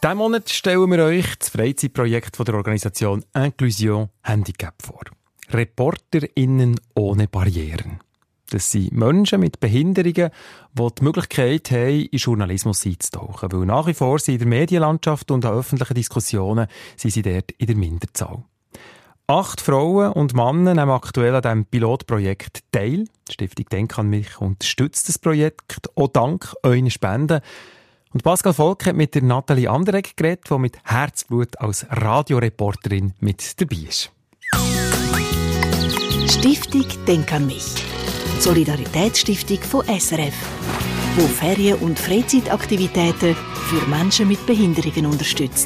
Diesen Monat stellen wir euch das Freizeitprojekt von der Organisation Inclusion Handicap vor. ReporterInnen ohne Barrieren. Das sind Menschen mit Behinderungen, die die Möglichkeit haben, in Journalismus einzutauchen. Weil nach wie vor sind in der Medienlandschaft und an öffentlichen Diskussionen sind sie dort in der Minderzahl. 8 Frauen und Männer nehmen aktuell an diesem Pilotprojekt teil. Die Stiftung Denk an mich unterstützt das Projekt, auch dank euren Spenden. Und Pascal Volk hat mit der Nathalie Anderegg geredet, die mit Herzblut als Radioreporterin mit dabei ist. Stiftung Denk an mich. Solidaritätsstiftung von SRF, die Ferien- und Freizeitaktivitäten für Menschen mit Behinderungen unterstützt.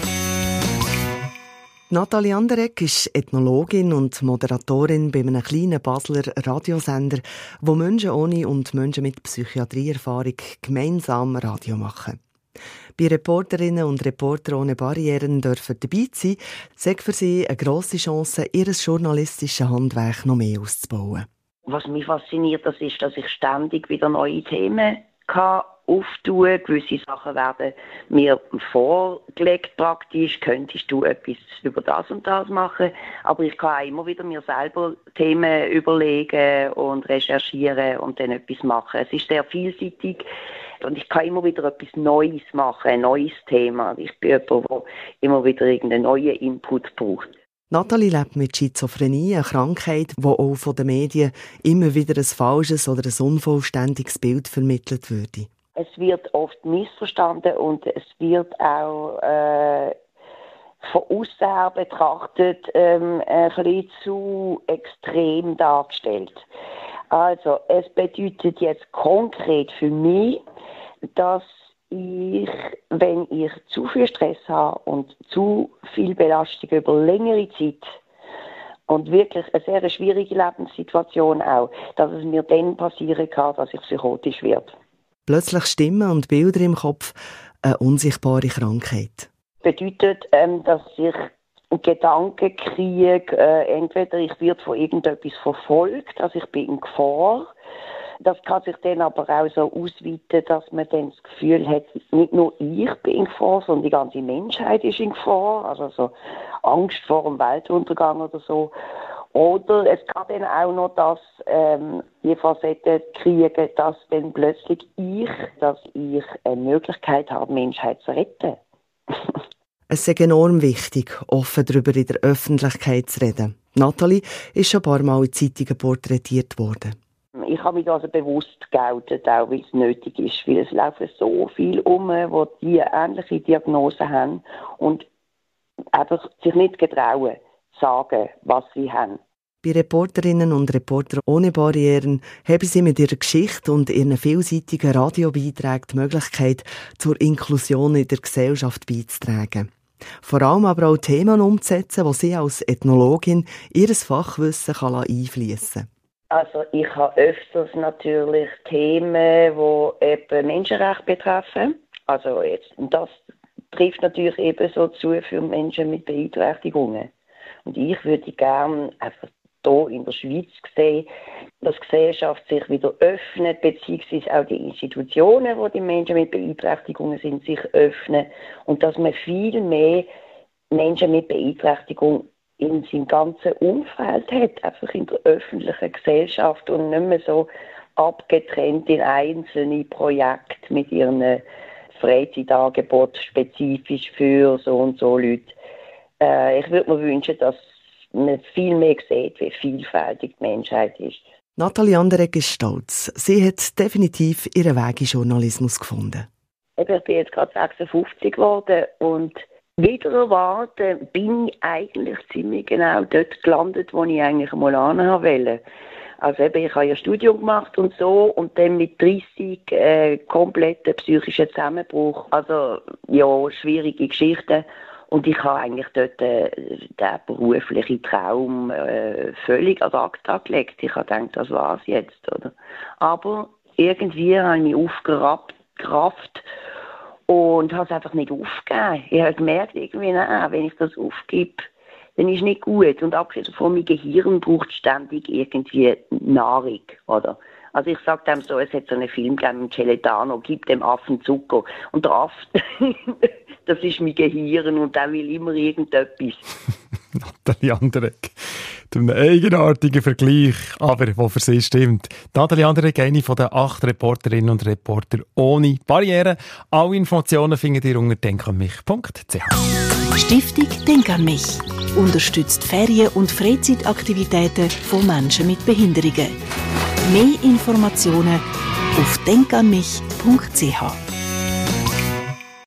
Nathalie Anderegg ist Ethnologin und Moderatorin bei einem kleinen Basler Radiosender, wo Menschen ohne und Menschen mit Psychiatrieerfahrung gemeinsam Radio machen. Bei Reporterinnen und Reportern ohne Barrieren dürfen dabei sein, sei für sie eine grosse Chance, ihr journalistisches Handwerk noch mehr auszubauen. Was mich fasziniert, das ist, dass ich ständig wieder neue Themen auftue. Gewisse Sachen werden mir vorgelegt praktisch. Könntest du etwas über das und das machen? Aber ich kann auch immer wieder mir selber Themen überlegen und recherchieren und dann etwas machen. Es ist sehr vielseitig und ich kann immer wieder etwas Neues machen, ein neues Thema. Ich bin jemand, der immer wieder irgendeinen neuen Input braucht. Nathalie lebt mit Schizophrenie, einer Krankheit, die auch von den Medien immer wieder ein falsches oder ein unvollständiges Bild vermittelt würde. Es wird oft missverstanden und es wird auch von außen her betrachtet ein bisschen zu extrem dargestellt. Also es bedeutet jetzt konkret für mich, dass ich, wenn ich zu viel Stress habe und zu viel Belastung über längere Zeit und wirklich eine sehr schwierige Lebenssituation auch, dass es mir dann passieren kann, dass ich psychotisch werde. Plötzlich Stimmen und Bilder im Kopf, eine unsichtbare Krankheit. Bedeutet, dass ich Gedanken kriege, entweder ich werde von irgendetwas verfolgt, also ich bin in Gefahr. Das kann sich dann aber auch so ausweiten, dass man dann das Gefühl hat, nicht nur ich bin in Gefahr, sondern die ganze Menschheit ist in Gefahr. Also so Angst vor dem Weltuntergang oder so. Oder es kann dann auch noch das, die Facette kriegen, dass dann plötzlich dass ich eine Möglichkeit habe, die Menschheit zu retten. Es ist enorm wichtig, offen darüber in der Öffentlichkeit zu reden. Nathalie ist schon ein paar Mal in Zeitungen porträtiert worden. Ich habe mich also bewusst geoutet, auch weil es nötig ist, weil es laufen so viele die ähnliche Diagnosen haben und einfach sich nicht getrauen, sagen, was sie haben. Bei Reporterinnen und Reportern ohne Barrieren haben sie mit ihrer Geschichte und ihren vielseitigen Radiobeiträgen die Möglichkeit, zur Inklusion in der Gesellschaft beizutragen. Vor allem aber auch Themen umzusetzen, die sie als Ethnologin ihr Fachwissen einfließen kann. Also ich habe öfters natürlich Themen, die eben Menschenrechte betreffen. Also jetzt, und das trifft natürlich ebenso zu für Menschen mit Beeinträchtigungen. Und ich würde gerne einfach hier in der Schweiz sehen, dass die Gesellschaft sich wieder öffnet, beziehungsweise auch die Institutionen, wo die Menschen mit Beeinträchtigungen sind, sich öffnen und dass man viel mehr Menschen mit Beeinträchtigung in seinem ganzen Umfeld hat, einfach in der öffentlichen Gesellschaft und nicht mehr so abgetrennt in einzelne Projekte mit ihren Freizeitangeboten spezifisch für so und so Leute. Ich würde mir wünschen, dass man viel mehr sieht, wie vielfältig die Menschheit ist. Nathalie Anderegg ist stolz. Sie hat definitiv ihren Weg in Journalismus gefunden. Ich bin jetzt gerade 56 geworden und wieder erwarten bin ich eigentlich ziemlich genau dort gelandet, wo ich eigentlich mal hin wollte. Also eben, ich habe ja Studium gemacht und so und dann mit 30 kompletten psychischen Zusammenbruch. Also ja, schwierige Geschichten. Und ich habe eigentlich dort den beruflichen Traum völlig ad acta gelegt. Ich habe gedacht, das war's jetzt, oder? Aber irgendwie habe ich mich aufgerafft und habe es einfach nicht aufgegeben. Ich habe gemerkt, irgendwie, nein, wenn ich das aufgebe, dann ist es nicht gut. Und abgesehen davon, mein Gehirn braucht ständig irgendwie Nahrung, oder? Also ich sage dem so, es hat so einen Film gegeben mit Celentano, gib dem Affen Zucker. Und der Affe, das ist mein Gehirn und der will immer irgendetwas. Nathalie Anderegg. Einem eigenartigen Vergleich, aber der für sie stimmt. Nathalie Anderegg, eine von den 8 Reporterinnen und Reporter ohne Barrieren. Alle Informationen findet ihr unter denkanmich.ch. Stiftung Denk an mich unterstützt Ferien- und Freizeitaktivitäten von Menschen mit Behinderungen. Mehr Informationen auf denkanmich.ch.